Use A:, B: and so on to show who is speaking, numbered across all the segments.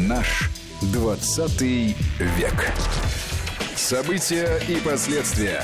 A: Наш 20 век. События и последствия.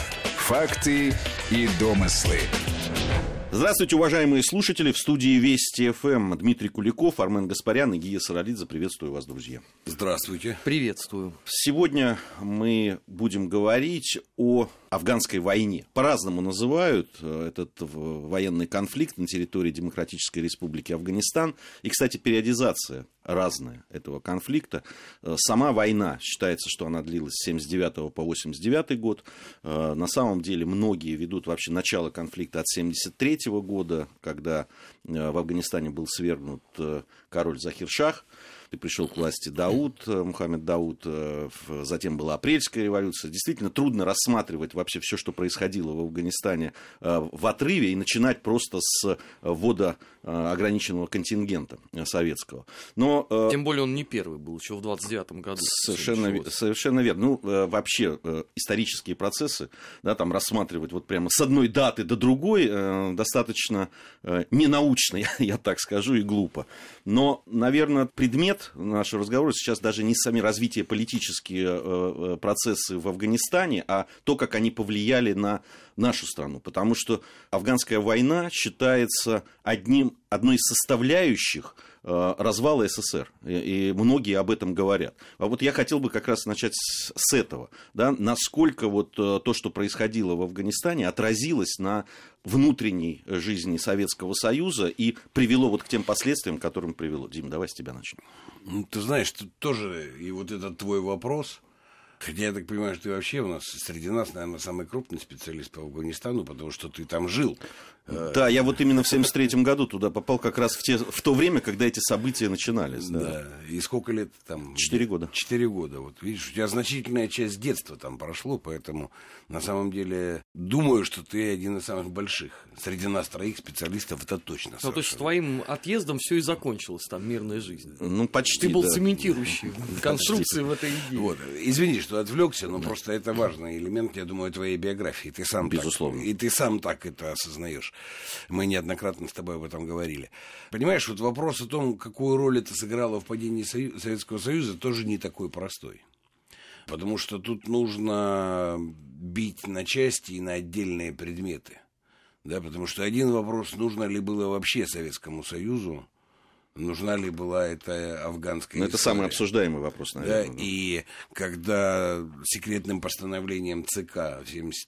A: Факты и домыслы.
B: Здравствуйте, уважаемые слушатели. В студии Вести ФМ Дмитрий Куликов, Армен Гаспарян и Гия Саралидзе. Приветствую вас, друзья.
C: Здравствуйте.
D: Приветствую.
B: Сегодня мы будем говорить о афганской войне. По-разному называют этот военный конфликт на территории Демократической Республики Афганистан. И, кстати, периодизация разная этого конфликта. Сама война, считается, что она длилась с 79 по 89 год. На самом деле многие ведут вообще начало конфликта от 73 года, когда в Афганистане был свергнут король Захир-Шах. И пришел к власти Дауд, Мухаммед Дауд, затем была апрельская революция. Действительно трудно рассматривать вообще все, что происходило в Афганистане в отрыве и начинать просто с ввода ограниченного контингента советского. Но,
D: тем более он не первый был, еще в 29-м году.
B: Совершенно верно. Ну, вообще, исторические процессы, да, там рассматривать вот прямо с одной даты до другой достаточно ненаучно, я так скажу, и глупо. Но, наверное, предмет нашего разговора сейчас даже не сами развитие политические процессы в Афганистане, а то, как они повлияли на нашу страну. Потому что афганская война считается одной из составляющих развала СССР. И многие об этом говорят. А вот я хотел бы как раз начать с этого. Да? Насколько вот то, что происходило в Афганистане, отразилось на внутренней жизни Советского Союза и привело вот к тем последствиям, к которым привело. Дим, давай с тебя начнем.
C: Ну, ты знаешь, тут тоже и вот этот твой вопрос. Хотя я так понимаю, что ты вообще у нас среди нас, наверное, самый крупный специалист по Афганистану, потому что ты там жил.
B: Да, я вот именно в 73-м году туда попал как раз в то время, когда эти события начинались.
C: Да. И сколько лет там?
B: 4 года.
C: 4 года. Вот видишь, у тебя значительная часть детства там прошло, поэтому на самом деле думаю, что ты один из самых больших среди нас троих специалистов, это точно.
D: Ну, то есть с твоим отъездом все и закончилось, там мирная жизнь.
B: Ну, почти.
D: Ты был
B: да.
D: цементирующий конструкции в этой идее.
C: Вот. Извини, что отвлекся, но просто это важный элемент, я думаю, твоей биографии. Ты сам
B: безусловно.
C: И ты сам так это осознаешь. Мы неоднократно с тобой об этом говорили. Понимаешь, вот вопрос о том, какую роль это сыграло в падении Советского Союза, тоже не такой простой. Потому что тут нужно бить на части и на отдельные предметы. Да, потому что один вопрос, нужно ли было вообще Советскому Союзу, нужна ли была эта афганская история.
B: Это самый обсуждаемый вопрос, наверное.
C: Да, и когда секретным постановлением ЦК в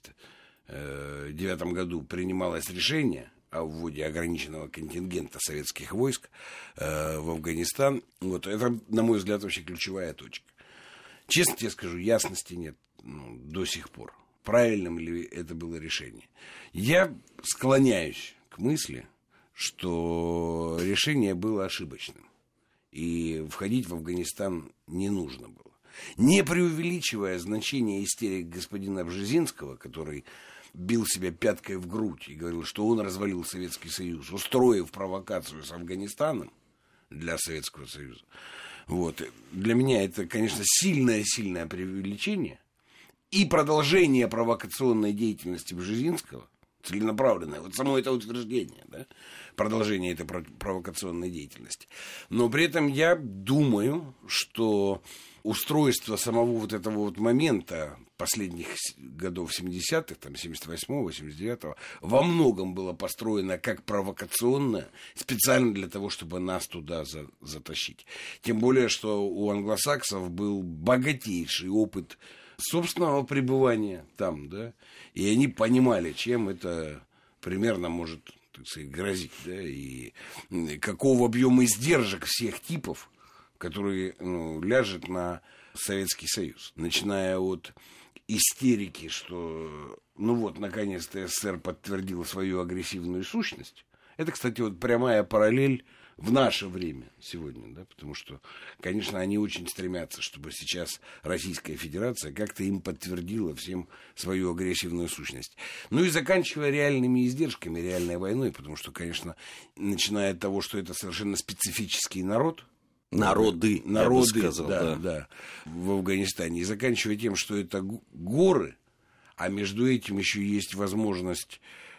C: 1979 году принималось решение о вводе ограниченного контингента советских войск в Афганистан, вот это, на мой взгляд, вообще ключевая точка. Честно тебе скажу, ясности нет до сих пор. Правильным ли это было решение? Я склоняюсь к мысли, что решение было ошибочным. И входить в Афганистан не нужно было. Не преувеличивая значение истерик господина Бжезинского, который бил себя пяткой в грудь и говорил, что он развалил Советский Союз, устроив провокацию с Афганистаном для Советского Союза. Вот. Для меня это, конечно, сильное преувеличение. И продолжение провокационной деятельности Бжезинского, целенаправленное, вот само это утверждение, да, продолжение этой провокационной деятельности. Но при этом я думаю, что устройство самого вот этого вот момента последних годов 70-х, там, 78-го, 89-го, во многом было построено как провокационное, специально для того, чтобы нас туда затащить. Тем более, что у англосаксов был богатейший опыт собственного пребывания там, да, и они понимали, чем это примерно может, так сказать, грозить, да, и какого объема издержек всех типов, который ляжет на Советский Союз. Начиная от истерики, что, наконец-то СССР подтвердил свою агрессивную сущность. Это, кстати, вот прямая параллель в наше время сегодня, да, потому что, конечно, они очень стремятся, чтобы сейчас Российская Федерация как-то им подтвердила всем свою агрессивную сущность. Ну и заканчивая реальными издержками, реальной войной, потому что, конечно, начиная от того, что это совершенно специфический народ,
B: Народы, я бы сказал,
C: да, в Афганистане, и заканчивая тем, что это горы, а между этим еще есть возможность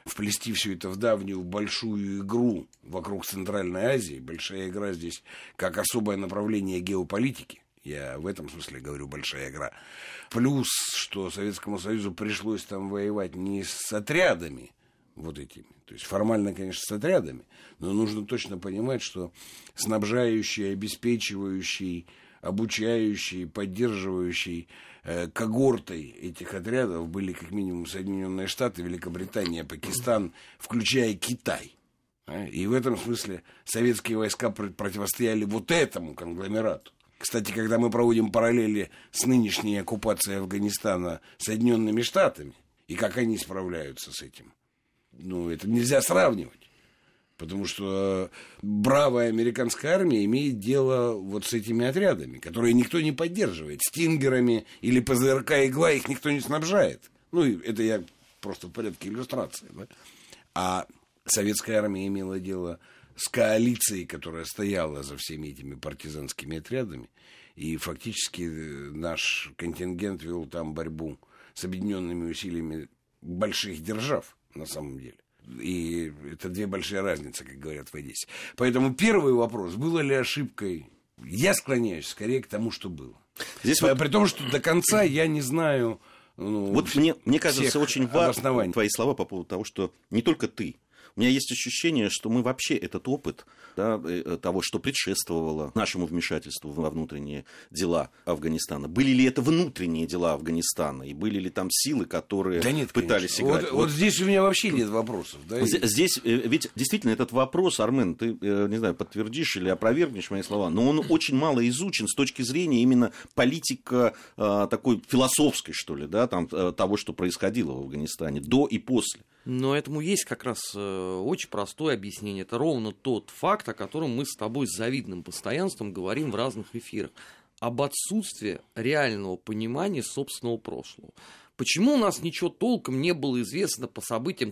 C: вплести все это в давнюю большую игру вокруг Центральной Азии. Большая игра здесь как особое направление геополитики. Я в этом смысле говорю большая игра. Плюс, что Советскому Союзу пришлось там воевать не с отрядами вот этими. То есть формально, конечно, с отрядами. Но нужно точно понимать, что снабжающий, обеспечивающий, обучающий, поддерживающий когортой этих отрядов были как минимум Соединенные Штаты, Великобритания, Пакистан, включая Китай. И в этом смысле советские войска противостояли вот этому конгломерату. Кстати, когда мы проводим параллели с нынешней оккупацией Афганистана Соединенными Штатами, и как они справляются с этим, это нельзя сравнивать. Потому что бравая американская армия имеет дело вот с этими отрядами, которые никто не поддерживает. Стингерами или ПЗРК «Игла» их никто не снабжает. Это я просто в порядке иллюстрации. Да? А советская армия имела дело с коалицией, которая стояла за всеми этими партизанскими отрядами. И фактически наш контингент вел там борьбу с объединенными усилиями больших держав на самом деле. И это две большие разницы, как говорят в Одессе. Поэтому первый вопрос, было ли ошибкой? Я склоняюсь скорее к тому, что было. Здесь при том, что до конца я не знаю
B: мне кажется, очень важны твои слова по поводу того, что не только ты. У меня есть ощущение, что мы вообще этот опыт того, что предшествовало нашему вмешательству во внутренние дела Афганистана. Были ли это внутренние дела Афганистана? И были ли там силы, которые пытались играть?
C: Вот здесь у меня вообще нет вопросов. Да?
B: Здесь ведь действительно этот вопрос, Армен, ты, не знаю, подтвердишь или опровергнешь мои слова, но он очень мало изучен с точки зрения именно политика такой философской, что ли, да, там, того, что происходило в Афганистане до и после.
D: Но этому есть как раз очень простое объяснение. Это ровно тот факт, о котором мы с тобой с завидным постоянством говорим в разных эфирах. Об отсутствии реального понимания собственного прошлого. Почему у нас ничего толком не было известно по событиям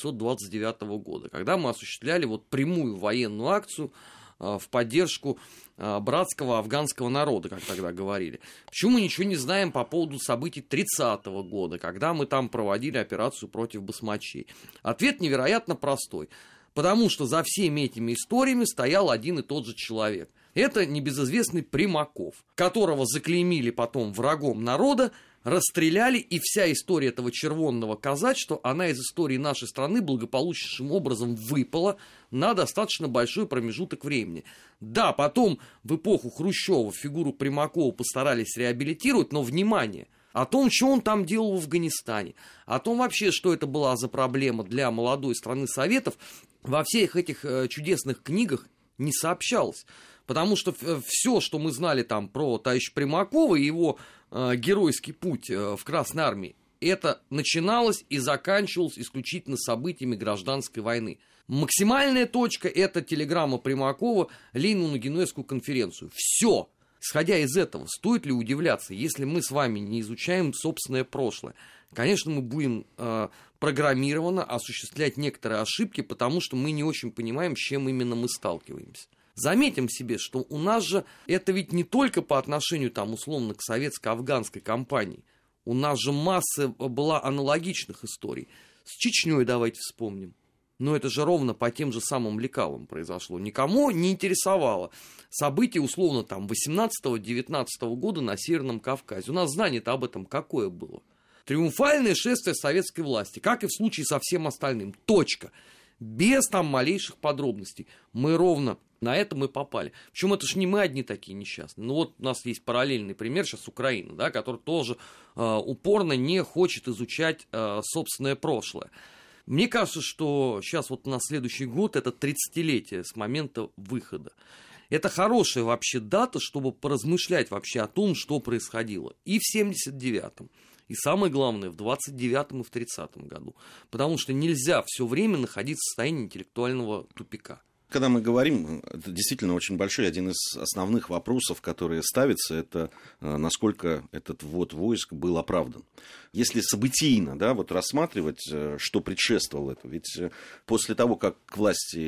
D: 1929 года, когда мы осуществляли прямую военную акцию в поддержку братского афганского народа, как тогда говорили. Почему мы ничего не знаем по поводу событий 30-го года, когда мы там проводили операцию против басмачей? Ответ невероятно простой. Потому что за всеми этими историями стоял один и тот же человек. Это небезызвестный Примаков, которого заклеймили потом врагом народа, расстреляли, и вся история этого червонного казачества, она из истории нашей страны благополучнейшим образом выпала на достаточно большой промежуток времени. Да, потом в эпоху Хрущева фигуру Примакова постарались реабилитировать, но, внимание, о том, что он там делал в Афганистане, о том вообще, что это была за проблема для молодой страны Советов, во всех этих чудесных книгах не сообщалось. Потому что все, что мы знали там про товарища Примакова и его геройский путь в Красной Армии, это начиналось и заканчивалось исключительно событиями гражданской войны. Максимальная точка – это телеграмма Примакова Ленину на Генуэзскую конференцию. Все. Исходя из этого, стоит ли удивляться, если мы с вами не изучаем собственное прошлое? Конечно, мы будем программированно осуществлять некоторые ошибки, потому что мы не очень понимаем, с чем именно мы сталкиваемся. Заметим себе, что у нас же это ведь не только по отношению, там, условно, к советско-афганской кампании. У нас же масса была аналогичных историй. С Чечней давайте вспомним. Но это же ровно по тем же самым лекалам произошло. Никому не интересовало события, условно, там, 18-19 года на Северном Кавказе. У нас знание-то об этом какое было? Триумфальное шествие советской власти, как и в случае со всем остальным. Точка. Без там малейших подробностей. Мы ровно на это мы попали. Причем это же не мы одни такие несчастные. Ну вот у нас есть параллельный пример сейчас Украина, да, который тоже упорно не хочет изучать собственное прошлое. Мне кажется, что сейчас вот на следующий год это 30-летие с момента выхода. Это хорошая вообще дата, чтобы поразмышлять вообще о том, что происходило и в 79-м. И самое главное, в 29-м и в 30-м году. Потому что нельзя все время находиться в состоянии интеллектуального тупика.
B: Когда мы говорим, это действительно очень большой, один из основных вопросов, которые ставятся, это насколько этот ввод войск был оправдан. Если событийно, да, вот рассматривать, что предшествовало этому, ведь после того, как к власти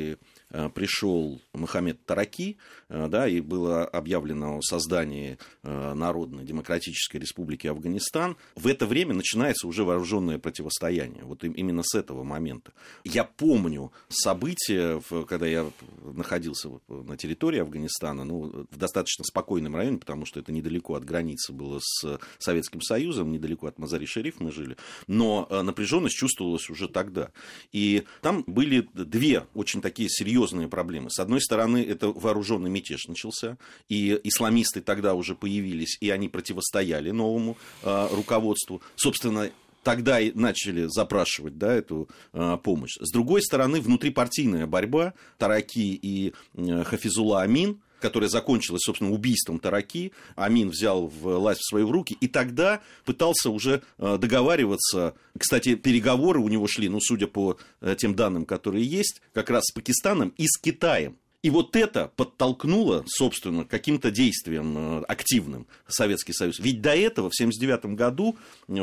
B: пришел Мохаммед Тараки, да, и было объявлено о создании Народной Демократической Республики Афганистан, в это время начинается уже вооруженное противостояние. Вот именно с этого момента. Я помню события, когда я находился на территории Афганистана, ну, в достаточно спокойном районе, потому что это недалеко от границы было с Советским Союзом, недалеко от Мазари-Шериф мы жили, но напряженность чувствовалась уже тогда. И там были две очень такие серьезные проблемы. С одной стороны, это вооруженный мятеж начался, и исламисты тогда уже появились, и они противостояли новому руководству. Собственно, тогда и начали запрашивать, да, эту помощь. С другой стороны, внутрипартийная борьба. Тараки и Хафизулла Амин, которая закончилась, собственно, убийством Тараки. Амин взял власть в свои руки и тогда пытался уже договариваться. Кстати, переговоры у него шли, ну, судя по тем данным, которые есть, как раз с Пакистаном и с Китаем. И вот это подтолкнуло, собственно, к каким-то действиям активным Советский Союз. Ведь до этого, в 1979 году,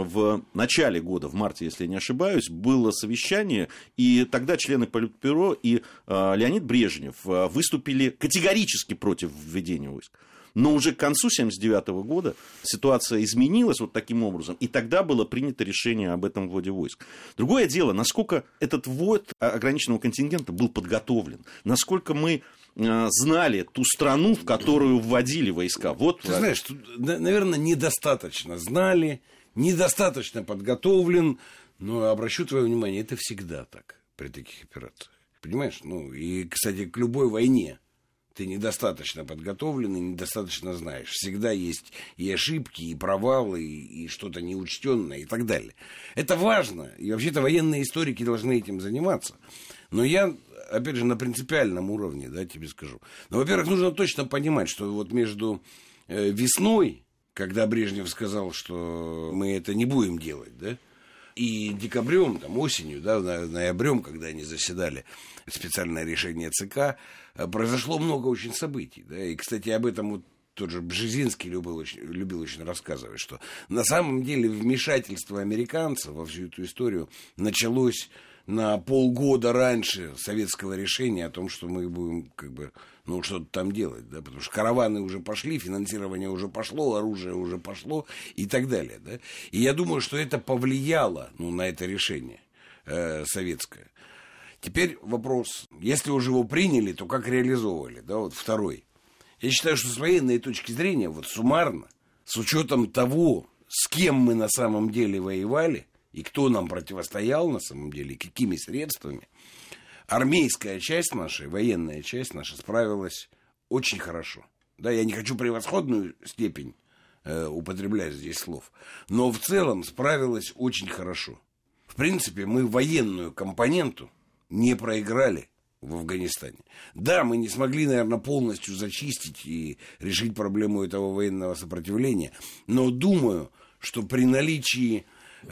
B: в начале года, в марте, если я не ошибаюсь, было совещание, и тогда члены Политбюро и Леонид Брежнев выступили категорически против введения войск. Но уже к концу 1979 года ситуация изменилась вот таким образом, и тогда было принято решение об этом вводе войск. Другое дело, насколько этот ввод ограниченного контингента был подготовлен, насколько мы знали ту страну, в которую вводили войска. Вот,
C: ты знаешь, тут, наверное, недостаточно знали, недостаточно подготовлен, но обращу твое внимание, это всегда так при таких операциях. Понимаешь? Ну, и, кстати, к любой войне ты недостаточно подготовлен и недостаточно знаешь. Всегда есть и ошибки, и провалы, и что-то неучтенное, и так далее. Это важно, и вообще-то военные историки должны этим заниматься. Но я, опять же, на принципиальном уровне, да, тебе скажу. Но, во-первых, нужно точно понимать, что вот между весной, когда Брежнев сказал, что мы это не будем делать, да, и декабрем, там, осенью, да, ноябрем, когда они заседали, специальное решение ЦК, произошло много очень событий. Да, и, кстати, об этом вот тот же Бжезинский любил очень рассказывать, что на самом деле вмешательство американцев во всю эту историю началось на полгода раньше советского решения о том, что мы будем как бы, ну, что-то там делать, да, потому что караваны уже пошли, финансирование уже пошло, оружие уже пошло и так далее, да. И я думаю, что это повлияло, ну, на это решение советское. Теперь вопрос, если уже его приняли, то как реализовывали, да, вот второй. Я считаю, что с военной точки зрения, вот суммарно, с учетом того, с кем мы на самом деле воевали, и кто нам противостоял на самом деле, и какими средствами, армейская часть наша, военная часть наша справилась очень хорошо. Да, я не хочу превосходную степень употреблять здесь слов, но в целом справилась очень хорошо. В принципе, мы военную компоненту не проиграли в Афганистане. Да, мы не смогли, наверное, полностью зачистить и решить проблему этого военного сопротивления, но думаю, что при наличии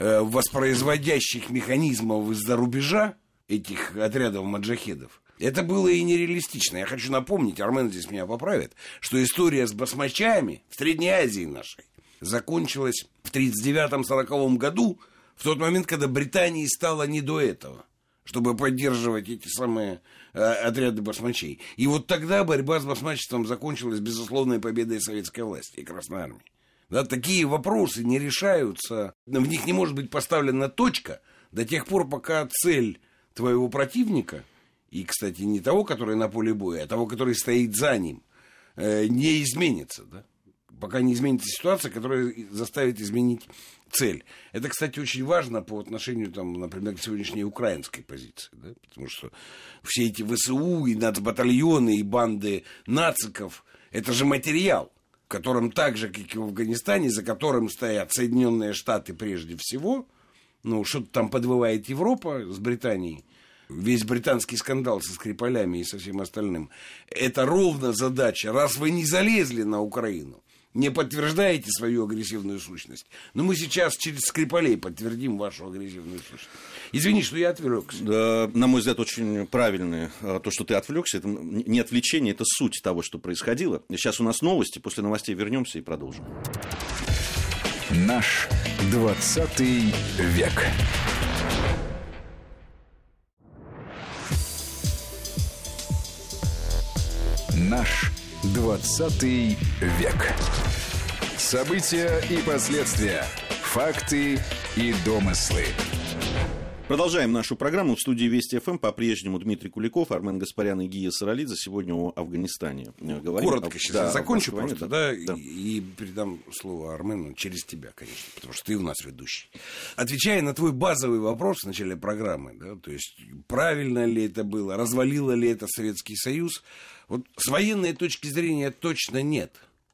C: воспроизводящих механизмов из-за рубежа этих отрядов маджахедов, это было и нереалистично. Я хочу напомнить, Армен здесь меня поправит, что история с басмачами в Средней Азии нашей закончилась в 1939-1940 году, в тот момент, когда Британии стало не до этого, чтобы поддерживать эти самые отряды басмачей. И вот тогда борьба с басмачеством закончилась безусловной победой советской власти и Красной Армии. Да, такие вопросы не решаются, в них не может быть поставлена точка до тех пор, пока цель твоего противника, и, кстати, не того, который на поле боя, а того, который стоит за ним, не изменится. Да? Пока не изменится ситуация, которая заставит изменить цель. Это, кстати, очень важно по отношению, там, например, к сегодняшней украинской позиции. Да? Потому что все эти ВСУ и нацбатальоны и банды нациков – это же материал, в котором так же, как и в Афганистане, за которым стоят Соединенные Штаты прежде всего, ну, что-то там подвывает Европа с Британией, весь британский скандал со Скрипалями и со всем остальным. Это ровно задача, раз вы не залезли на Украину, не подтверждаете свою агрессивную сущность. Но мы сейчас через Скрипалей подтвердим вашу агрессивную сущность. Извини, что я отвлекся.
B: На мой взгляд, очень правильно то, что ты отвлекся. Это не отвлечение, это суть того, что происходило. Сейчас у нас новости, после новостей вернемся и продолжим.
A: Наш 20 век. Наш 20 век. События и последствия. Факты и домыслы.
B: Продолжаем нашу программу. В студии Вести ФМ по-прежнему Дмитрий Куликов, Армен Гаспарян и Гия Саралидзе. Сегодня о Афганистане говорим.
C: Коротко сейчас закончу просто,
B: да.
C: И передам слово Армену через тебя, конечно, потому что ты у нас ведущий. Отвечая на твой базовый вопрос в начале программы, да, то есть правильно ли это было, развалило ли это Советский Союз, вот с военной точки зрения точно нет.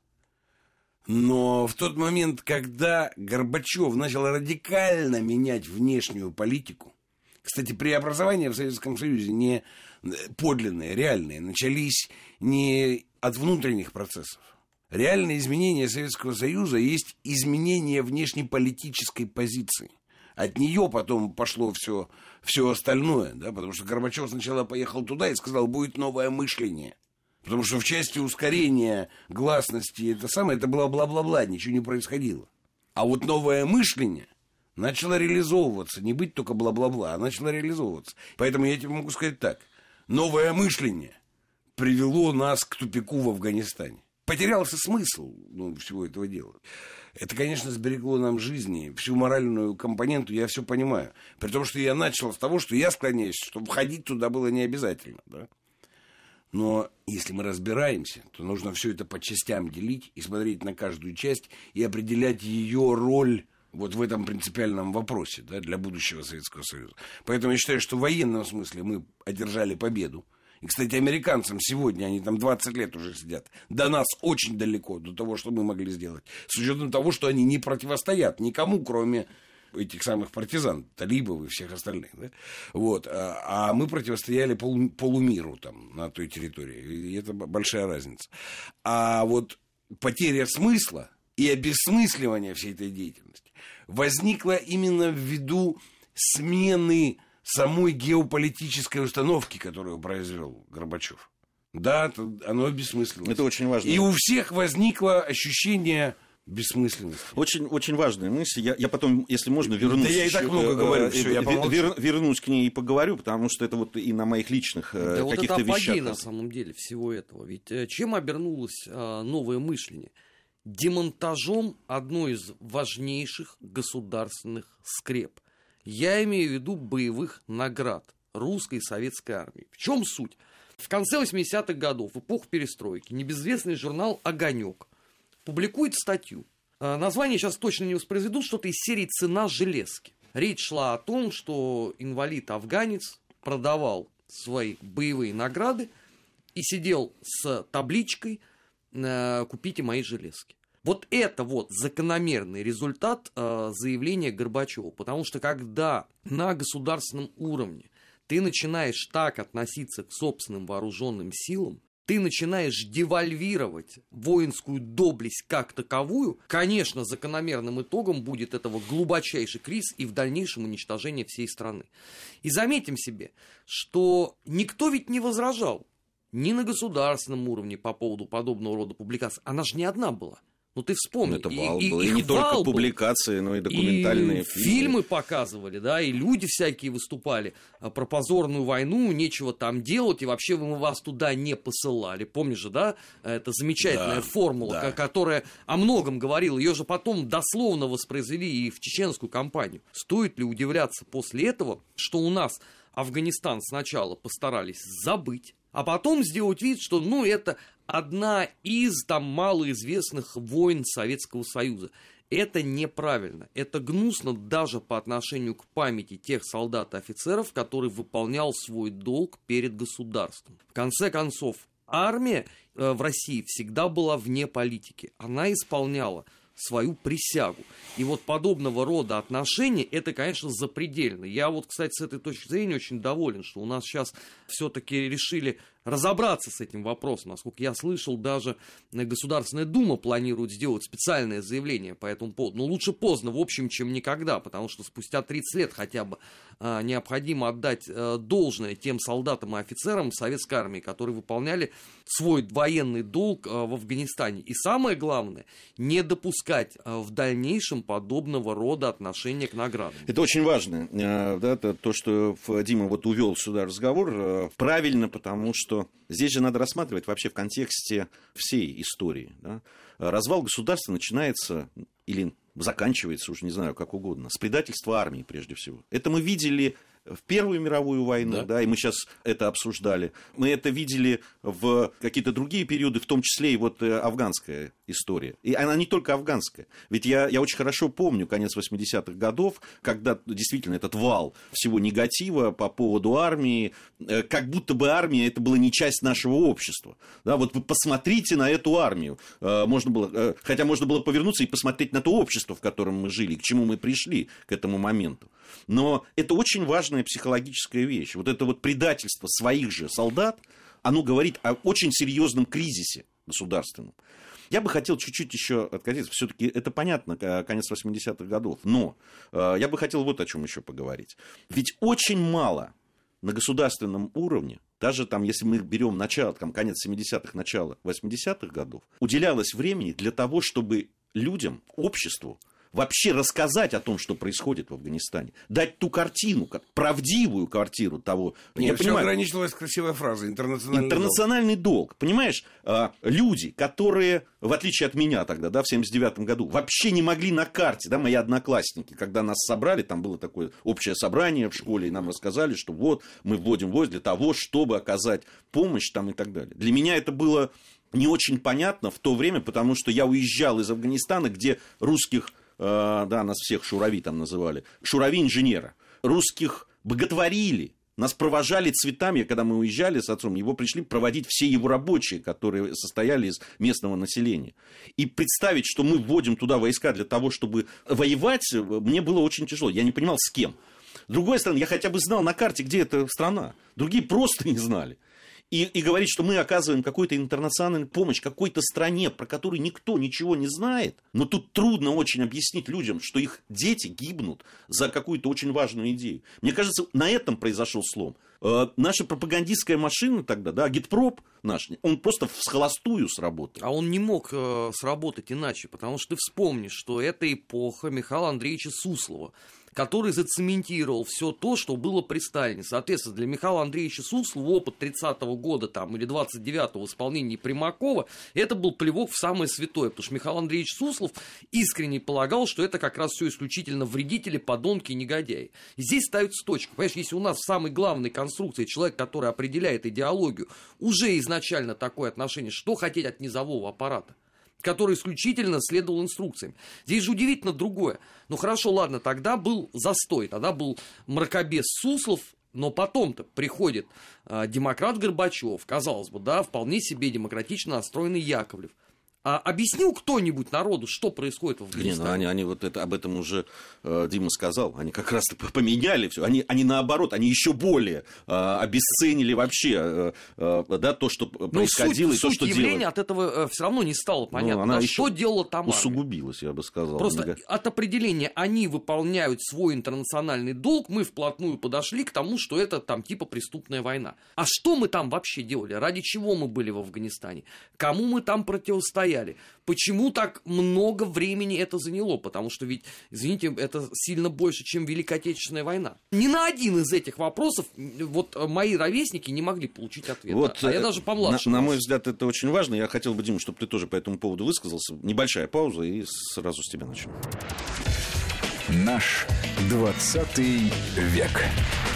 C: Но в тот момент, когда Горбачев начал радикально менять внешнюю политику, кстати, преобразования в Советском Союзе не подлинные, реальные, начались не от внутренних процессов. Реальные изменения Советского Союза есть изменение внешнеполитической позиции. От нее потом пошло все остальное, да, потому что Горбачев сначала поехал туда и сказал, будет новое мышление. Потому что в части ускорения гласности это было бла-бла-бла, ничего не происходило. А вот новое мышление начало реализовываться, не быть только бла-бла-бла, а начало реализовываться. Поэтому я тебе могу сказать так. Новое мышление привело нас к тупику в Афганистане. Потерялся смысл всего этого дела. Это, конечно, сберегло нам жизни, всю моральную компоненту, я все понимаю. При том, что я начал с того, что я склоняюсь, что входить туда было не обязательно, да. Но если мы разбираемся, то нужно все это по частям делить и смотреть на каждую часть и определять ее роль вот в этом принципиальном вопросе, да, для будущего Советского Союза. Поэтому я считаю, что в военном смысле мы одержали победу. И, кстати, американцам сегодня, они там 20 лет уже сидят, до нас очень далеко, до того, что мы могли сделать. С учетом того, что они не противостоят никому, кроме этих самых партизан, талибов и всех остальных. Да? Вот. А мы противостояли полумиру там, на той территории. И это большая разница. А вот потеря смысла и обесмысливание всей этой деятельности возникла именно ввиду смены самой геополитической установки, которую произвел Горбачев. Да, оно обесмыслилось.
B: Это очень важно.
C: И у всех возникло ощущение бессмысленности.
B: Очень, очень важная мысль. Я потом, если можно, вернусь.
C: Да я и так много говорю.
B: Вернусь к ней и поговорю, потому что это вот и на моих личных каких-то вещах.
D: Да вот это апогей на самом деле всего этого. Ведь чем обернулось новое мышление? Демонтажом одной из важнейших государственных скреп. Я имею в виду боевых наград русской и советской армии. В чем суть? В конце 80-х годов, в эпоху перестройки, небезызвестный журнал «Огонек» публикует статью. Название сейчас точно не воспроизведу, что-то из серии «Цена железки». Речь шла о том, что инвалид-афганец продавал свои боевые награды и сидел с табличкой «Купите мои железки». Вот это вот закономерный результат заявления Горбачева. Потому что когда на государственном уровне ты начинаешь так относиться к собственным вооруженным силам, ты начинаешь девальвировать воинскую доблесть как таковую, конечно, закономерным итогом будет этого глубочайший кризис и в дальнейшем уничтожение всей страны. И заметим себе, что никто ведь не возражал ни на государственном уровне по поводу подобного рода публикаций. Она же не одна была. Ну, ты вспомни.
B: Это вал был. И не только публикации, но и документальные
D: фильмы показывали, да, и люди всякие выступали про позорную войну, нечего там делать, и вообще мы вас туда не посылали. Помнишь же, да, это замечательная формула, которая о многом говорила. Ее же потом дословно воспроизвели и в чеченскую кампанию. Стоит ли удивляться после этого, что у нас Афганистан сначала постарались забыть, а потом сделать вид, что, это одна из там малоизвестных войн Советского Союза. Это неправильно. Это гнусно даже по отношению к памяти тех солдат и офицеров, которые выполнял свой долг перед государством. В конце концов, армия в России всегда была вне политики. Она исполняла свою присягу. И вот подобного рода отношения, это, конечно, запредельно. Я вот, кстати, с этой точки зрения очень доволен, что у нас сейчас все-таки решили разобраться с этим вопросом. Насколько я слышал, даже Государственная Дума планирует сделать специальное заявление по этому поводу. Но лучше поздно, в общем, чем никогда, потому что спустя 30 лет хотя бы необходимо отдать должное тем солдатам и офицерам советской армии, которые выполняли свой военный долг в Афганистане. И самое главное, не допускать в дальнейшем подобного рода отношения к наградам.
B: Это очень важно. Да, то, что Дима вот увел сюда разговор, правильно, потому что что здесь же надо рассматривать вообще в контексте всей истории. Да? Развал государства начинается или заканчивается, уж не знаю, как угодно, с предательства армии прежде всего. Это мы видели в Первую мировую войну, да, и мы сейчас это обсуждали. Мы это видели в какие-то другие периоды, в том числе и вот афганская история. И она не только афганская. Ведь я очень хорошо помню конец 80-х годов, когда действительно этот вал всего негатива по поводу армии, как будто бы армия это была не часть нашего общества. Да, вот вы посмотрите на эту армию. Можно было повернуться и посмотреть на то общество, в котором мы жили, к чему мы пришли к этому моменту. Но это очень важная психологическая вещь. Вот это вот предательство своих же солдат, оно говорит о очень серьезном кризисе государственном. Я бы хотел чуть-чуть еще откатиться. Все-таки это понятно, конец 80-х годов. Но я бы хотел вот о чем еще поговорить. Ведь очень мало на государственном уровне, даже там, если мы берем начало, там, конец 70-х, начало 80-х годов, уделялось времени для того, чтобы людям, обществу, вообще рассказать о том, что происходит в Афганистане. Дать ту картину, правдивую картину того.
C: Нет, все ограничивалось красивой фразой. Интернациональный
B: долг. Понимаешь, люди, которые, в отличие от меня тогда, да, в 79-м году, вообще не могли на карте, да, мои одноклассники, когда нас собрали, там было такое общее собрание в школе, и нам рассказали, что вот мы вводим войск для того, чтобы оказать помощь там и так далее. Для меня это было не очень понятно в то время, потому что я уезжал из Афганистана, где русских... Да, нас всех шурави там называли, шурави-инженера. Русских боготворили, нас провожали цветами, когда мы уезжали с отцом, его пришли проводить все его рабочие, которые состояли из местного населения. И представить, что мы вводим туда войска для того, чтобы воевать, мне было очень тяжело, я не понимал, с кем. С другой стороны, я хотя бы знал на карте, где эта страна, другие просто не знали. И говорить, что мы оказываем какую-то интернациональную помощь какой-то стране, про которую никто ничего не знает, но тут трудно очень объяснить людям, что их дети гибнут за какую-то очень важную идею. Мне кажется, на этом произошел слом. Наша пропагандистская машина тогда, да, агитпроп наш, он просто вхолостую сработал.
D: А он не мог сработать иначе, потому что ты вспомнишь, что это эпоха Михаила Андреевича Суслова, который зацементировал все то, что было при Сталине. Соответственно, для Михаила Андреевича Суслова опыт 30-го года там, или 29-го в исполнении Примакова, это был плевок в самое святое, потому что Михаил Андреевич Суслов искренне полагал, что это как раз все исключительно вредители, подонки и негодяи. И здесь ставится точка. Понимаешь, если у нас в самой главной конструкции человек, который определяет идеологию, уже изначально такое отношение, что хотеть от низового аппарата, который исключительно следовал инструкциям. Здесь же удивительно другое. Ну хорошо, ладно, тогда был застой, тогда был мракобес Суслов, но потом-то приходит демократ Горбачев, казалось бы, да, вполне себе демократично настроенный Яковлев. А объяснил кто-нибудь народу, что происходит в Афганистане?
B: Они вот это, об этом уже Дима сказал. Они как раз поменяли все. Они наоборот, они еще более обесценили вообще да, то, что происходило, и то, что делали.
D: Явление от этого все равно не стало понятно. Что делала там армия?
B: Усугубилось, я бы сказал.
D: Просто от определения они выполняют свой интернациональный долг, мы вплотную подошли к тому, что это там типа преступная война. А что мы там вообще делали? Ради чего мы были в Афганистане? Кому мы там противостояли? Почему так много времени это заняло? Потому что ведь, извините, это сильно больше, чем Великая Отечественная война. Ни на один из этих вопросов вот мои ровесники не могли получить ответ.
B: Вот,
D: я даже помладше.
B: На мой взгляд, это очень важно. Я хотел бы, Дима, чтобы ты тоже по этому поводу высказался. Небольшая пауза, и сразу с тебя начнем.
A: Наш 20 век.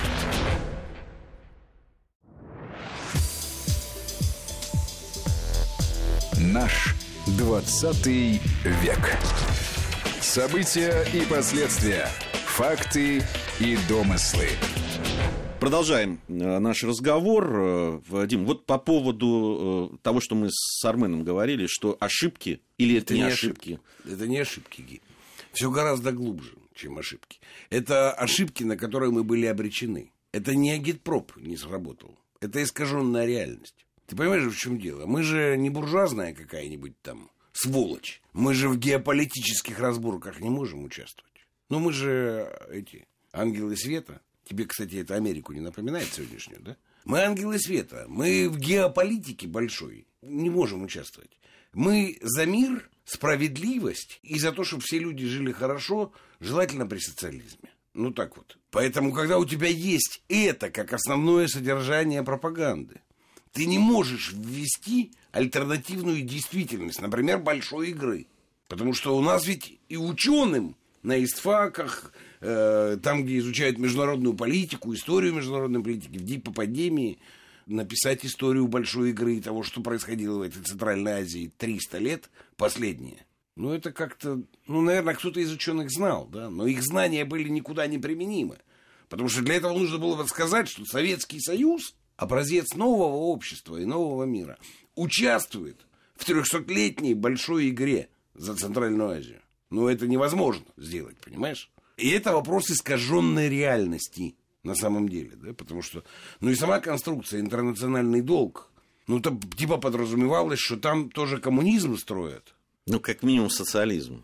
A: Наш 20 век. События и последствия. Факты и домыслы.
B: Продолжаем наш разговор. Дим, вот по поводу того, что мы с Арменом говорили, что ошибки или это не ошибки?
C: Это не ошибки, все гораздо глубже, чем ошибки. Это ошибки, на которые мы были обречены. Это не агитпроп не сработал. Это искаженная реальность. Ты понимаешь, в чем дело? Мы же не буржуазная какая-нибудь там сволочь. Мы же в геополитических разборках не можем участвовать. Но мы же эти ангелы света. Тебе, кстати, это Америку не напоминает сегодняшнюю, да? Мы ангелы света. Мы в геополитике большой не можем участвовать. Мы за мир, справедливость и за то, чтобы все люди жили хорошо, желательно при социализме. Ну так вот. Поэтому, когда у тебя есть это как основное содержание пропаганды, Ты не можешь ввести альтернативную действительность, например, большой игры. Потому что у нас ведь и ученым на истфаках, там, где изучают международную политику, историю международной политики, в дипакадемии, написать историю большой игры и того, что происходило в этой Центральной Азии 300 лет, последнее. Ну, это как-то, наверное, кто-то из ученых знал, да, но их знания были никуда не применимы. Потому что для этого нужно было бы сказать, что Советский Союз, образец нового общества и нового мира, участвует в 300-летней большой игре за Центральную Азию. Но это невозможно сделать, понимаешь? И это вопрос искаженной реальности на самом деле, да, потому что, и сама конструкция, интернациональный долг, там типа подразумевалось, что там тоже коммунизм строят.
B: Как минимум социализм.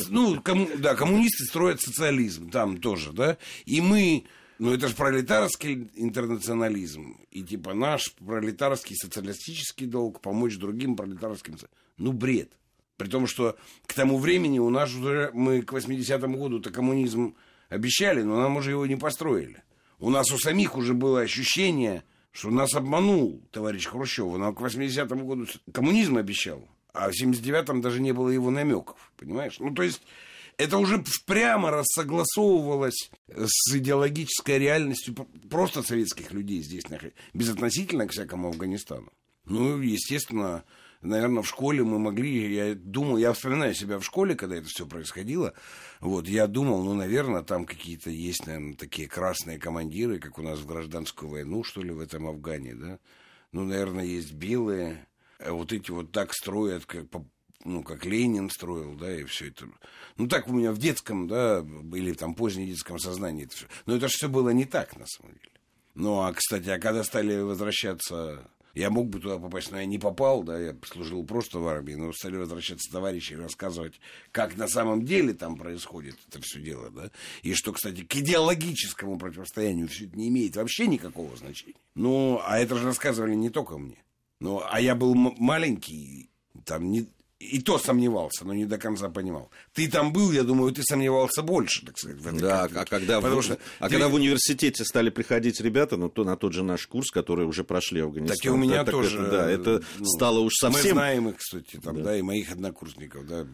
C: Коммунисты строят социализм, там тоже, да, и мы, это же пролетарский интернационализм, и типа наш пролетарский социалистический долг помочь другим пролетарским, бред. При том, что к тому времени у нас уже, мы к 80-му году-то коммунизм обещали, но нам уже его не построили. У нас у самих уже было ощущение, что нас обманул товарищ Хрущев. Нам к 80-му году коммунизм обещал, а в 79-м даже не было его намеков, понимаешь? То есть это уже прямо рассогласовывалось с идеологической реальностью просто советских людей здесь, безотносительно к всякому Афганистану. Естественно, наверное, в школе мы могли, я вспоминаю себя в школе, когда это все происходило, я думал, наверное, там какие-то есть, наверное, такие красные командиры, как у нас в гражданскую войну, что ли, в этом Афгане, да, наверное, есть белые, эти так строят, как Ленин строил, да, и все это. Так у меня в детском, да, или там позднем детском сознании это все. Но это же все было не так, на самом деле. Кстати, когда стали возвращаться... Я мог бы туда попасть, но я не попал, да, я служил просто в армии, но стали возвращаться товарищи и рассказывать, как на самом деле там происходит это все дело, да, и что, кстати, к идеологическому противостоянию все это не имеет вообще никакого значения. А это же рассказывали не только мне. А я был маленький, там и то сомневался, но не до конца понимал. Ты там был, я думаю, ты сомневался больше, так сказать, в этой конфликте.
B: Когда в университете стали приходить ребята, на тот же наш курс, которые уже прошли Афганистан.
C: Так и у меня тоже.
B: Это стало уж совсем...
C: Мы знаем их, кстати, да, и моих однокурсников, да,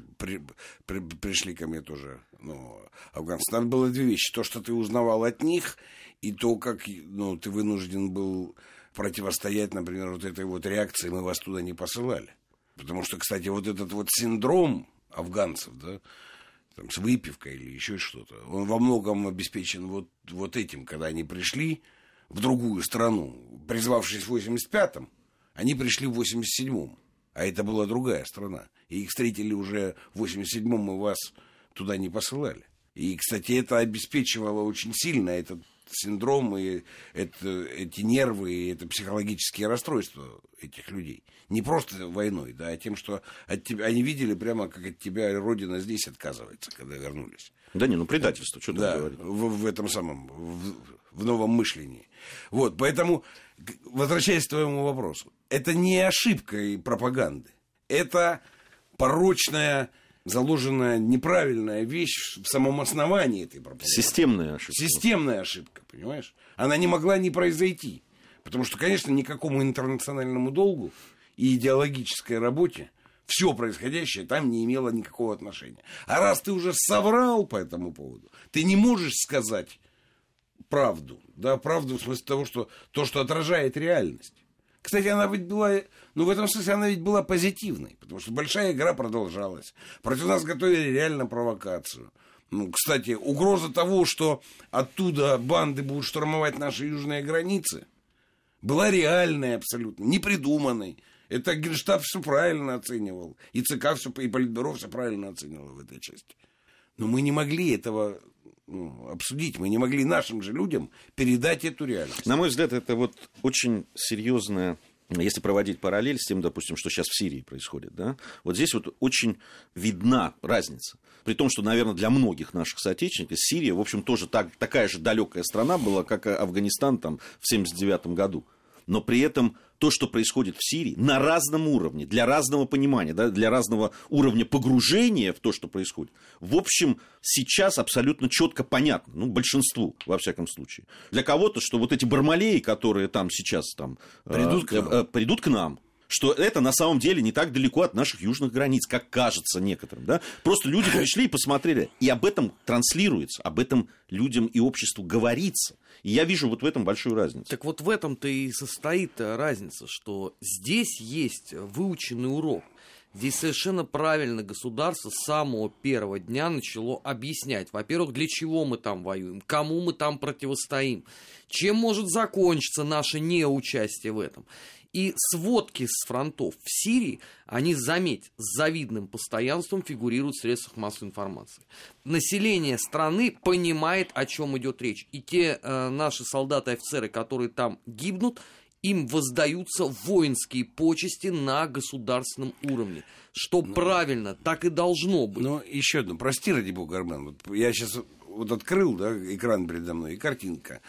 C: пришли ко мне тоже, афганцы. Там было две вещи. То, что ты узнавал от них, и то, как, ты вынужден был противостоять, например, этой реакции, мы вас туда не посылали. Потому что, кстати, этот синдром афганцев, да, там, с выпивкой или еще что-то, он во многом обеспечен этим, когда они пришли в другую страну, призвавшись в 85-м, они пришли в 87-м, а это была другая страна. И их встретили уже в 87-м, мы вас туда не посылали. И, кстати, это обеспечивало очень сильно этот синдром, и эти нервы, и это психологические расстройства этих людей. Не просто войной, да, а тем, что они видели прямо, как от тебя родина здесь отказывается, когда вернулись.
B: Да предательство, что ты говоришь.
C: В этом самом, в новом мышлении. Поэтому, возвращаясь к твоему вопросу, это не ошибка и пропаганды, это порочная, заложенная неправильная вещь в самом основании этой пропаганды. Системная ошибка, понимаешь? Она не могла не произойти. Потому что, конечно, никакому интернациональному долгу и идеологической работе все происходящее там не имело никакого отношения. А раз ты уже соврал по этому поводу, ты не можешь сказать правду. Да, правду в смысле того, что то, что отражает реальность. Кстати, она ведь была, в этом смысле она ведь была позитивной, потому что большая игра продолжалась. Против нас готовили реально провокацию. Кстати, угроза того, что оттуда банды будут штурмовать наши южные границы, была реальной абсолютно, не придуманной. Это Генштаб все правильно оценивал, и ЦК все, и Политбюро все правильно оценивало в этой части. Но мы не могли этого обсудить, мы не могли нашим же людям передать эту реальность.
B: На мой взгляд, это очень серьезная, если проводить параллель с тем, допустим, что сейчас в Сирии происходит, да, здесь очень видна разница. При том, что, наверное, для многих наших соотечественников Сирия, в общем, тоже такая же далекая страна была, как Афганистан там в 1979 году. Но при этом то, что происходит в Сирии, на разном уровне, для разного понимания, да, для разного уровня погружения в то, что происходит, в общем, сейчас абсолютно четко понятно, ну, большинству, во всяком случае. Для кого-то, что вот эти бармалеи, которые там сейчас там, придут к нам, что это на самом деле не так далеко от наших южных границ, как кажется некоторым. Да? Просто люди пришли и посмотрели. И об этом транслируется, об этом людям и обществу говорится. И я вижу вот в этом большую разницу.
D: Так вот в этом-то и состоит разница, что здесь есть выученный урок. Здесь совершенно правильно государство с самого первого дня начало объяснять, во-первых, для чего мы там воюем, кому мы там противостоим, чем может закончиться наше неучастие в этом. И сводки с фронтов в Сирии, они, заметь, с завидным постоянством фигурируют в средствах массовой информации. Население страны понимает, о чем идет речь. И те наши солдаты и офицеры, которые там гибнут, им воздаются воинские почести на государственном уровне. Что правильно, так и должно быть.
C: Но еще одно, прости, ради бога, Армен, вот я сейчас вот открыл, да, экран передо мной, и картинка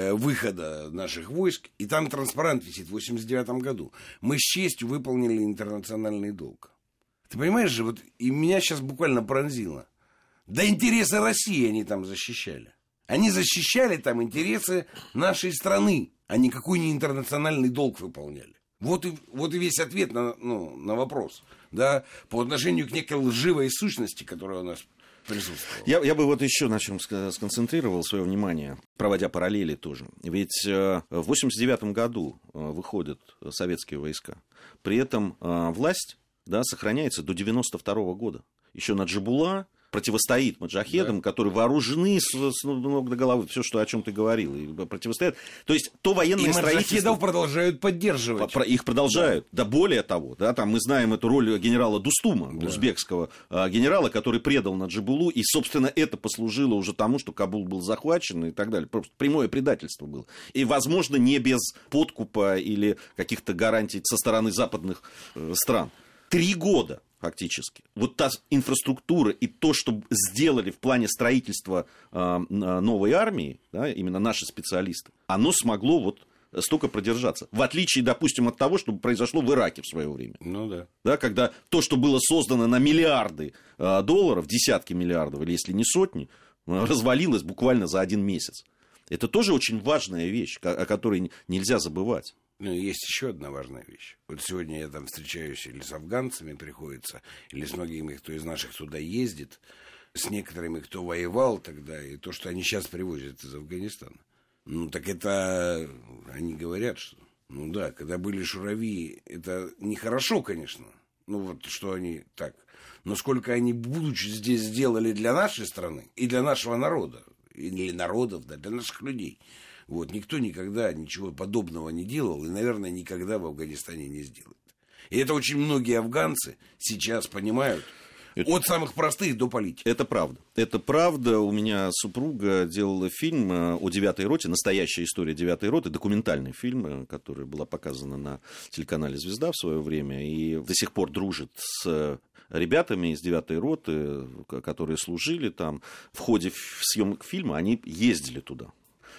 C: выхода наших войск, и там транспарант висит в 1989 году. Мы с честью выполнили интернациональный долг. Ты понимаешь же, вот и меня сейчас буквально пронзило. Да интересы России они там защищали. Они защищали там интересы нашей страны, а никакой не интернациональный долг выполняли. Вот и весь ответ на вопрос, да, по отношению к некой лживой сущности, которая у нас присутствовала.
B: Я бы вот еще на чем сконцентрировал свое внимание, проводя параллели тоже. Ведь в 1989 году выходят советские войска. При этом власть, да, сохраняется до 1992 года. Еще на Джабула противостоит маджахедам, да, которые вооружены с ног до головы, все, что, о чем ты говорил, и противостоят. То есть то военное строительство... И маджахедов
C: продолжают поддерживать.
B: Их продолжают. Да, более того, да, там мы знаем эту роль генерала Дустума, да, узбекского генерала, который предал на Джабулу, и, собственно, это послужило уже тому, что Кабул был захвачен и так далее. Просто прямое предательство было. И, возможно, не без подкупа или каких-то гарантий со стороны западных стран. 3 года. Фактически. Вот та инфраструктура и то, что сделали в плане строительства новой армии, да, именно наши специалисты, оно смогло вот столько продержаться. В отличие, допустим, от того, что произошло в Ираке в свое время.
C: Ну да.
B: Да, когда то, что было создано на миллиарды долларов, десятки миллиардов, или если не сотни, развалилось буквально за 1 месяц. Это тоже очень важная вещь, о которой нельзя забывать.
C: Ну, есть еще одна важная вещь. Вот сегодня я там встречаюсь или с афганцами приходится, или с многими, кто из наших туда ездит, с некоторыми, кто воевал тогда, и то, что они сейчас привозят из Афганистана. Ну, так это они говорят, что, ну да, когда были шурави, это нехорошо, конечно, ну вот что они так, но сколько они, будучи здесь, сделали для нашей страны и для нашего народа, или народов, да, для наших людей. Вот, никто никогда ничего подобного не делал и, наверное, никогда в Афганистане не сделает. И это очень многие афганцы сейчас понимают, от самых простых до политиков.
B: Это правда. Это правда. У меня супруга делала фильм о 9-й роте, настоящая история 9-й роты, документальный фильм, который была показана на телеканале «Звезда» в свое время, и до сих пор дружит с ребятами из 9-й роты, которые служили там. В ходе съемок фильма они ездили туда,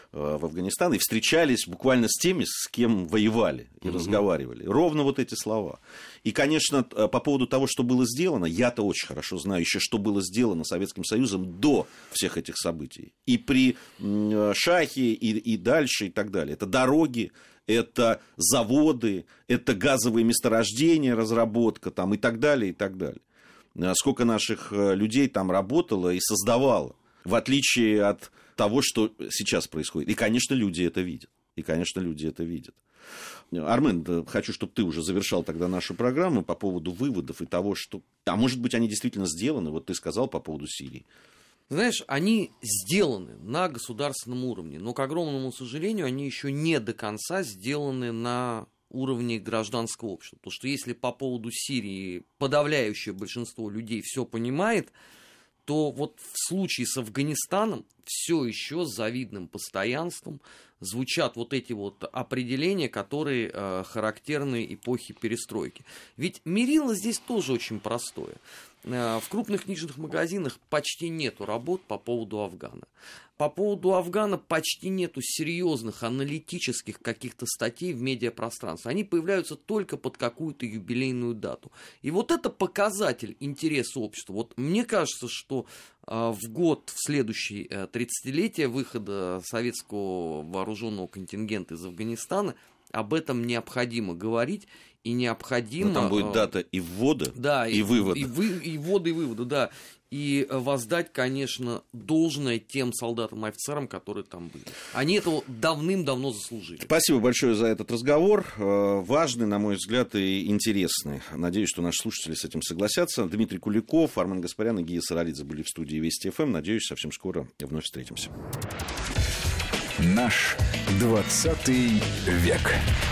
B: в Афганистан, и встречались буквально с теми, с кем воевали, и разговаривали. Ровно вот эти слова. И, конечно, по поводу того, что было сделано, я-то очень хорошо знаю еще, что было сделано Советским Союзом до всех этих событий. И при Шахе, и дальше, и так далее. Это дороги, это заводы, это газовые месторождения, разработка там, и так далее, и так далее. Сколько наших людей там работало и создавало, в отличие от того, что сейчас происходит. И, конечно, люди это видят. Армен, хочу, чтобы ты уже завершал тогда нашу программу по поводу выводов и того, что... А может быть, они действительно сделаны, вот ты сказал по поводу Сирии.
D: Знаешь, они сделаны на государственном уровне, но, к огромному сожалению, они еще не до конца сделаны на уровне гражданского общества. Потому что если по поводу Сирии подавляющее большинство людей все понимает, то вот в случае с Афганистаном все еще с завидным постоянством звучат вот эти вот определения, которые характерны эпохе перестройки. Ведь мерило здесь тоже очень простое. В крупных книжных магазинах почти нету работ по поводу Афгана. По поводу Афгана почти нету серьезных аналитических каких-то статей в медиапространстве. Они появляются только под какую-то юбилейную дату. И вот это показатель интереса общества. Вот мне кажется, что в год, в следующий 30-летие выхода советского вооруженного контингента из Афганистана об этом необходимо говорить. И необходимо...
B: Но там будет дата и ввода, да, и вывода.
D: И ввода, и вывода, да. И воздать, конечно, должное тем солдатам и офицерам, которые там были. Они этого давным-давно заслужили.
B: Спасибо большое за этот разговор. Важный, на мой взгляд, и интересный. Надеюсь, что наши слушатели с этим согласятся. Дмитрий Куликов, Армен Гаспарян и Гия Саралидзе были в студии Вести ФМ. Надеюсь, совсем скоро вновь встретимся.
A: Наш 20 век.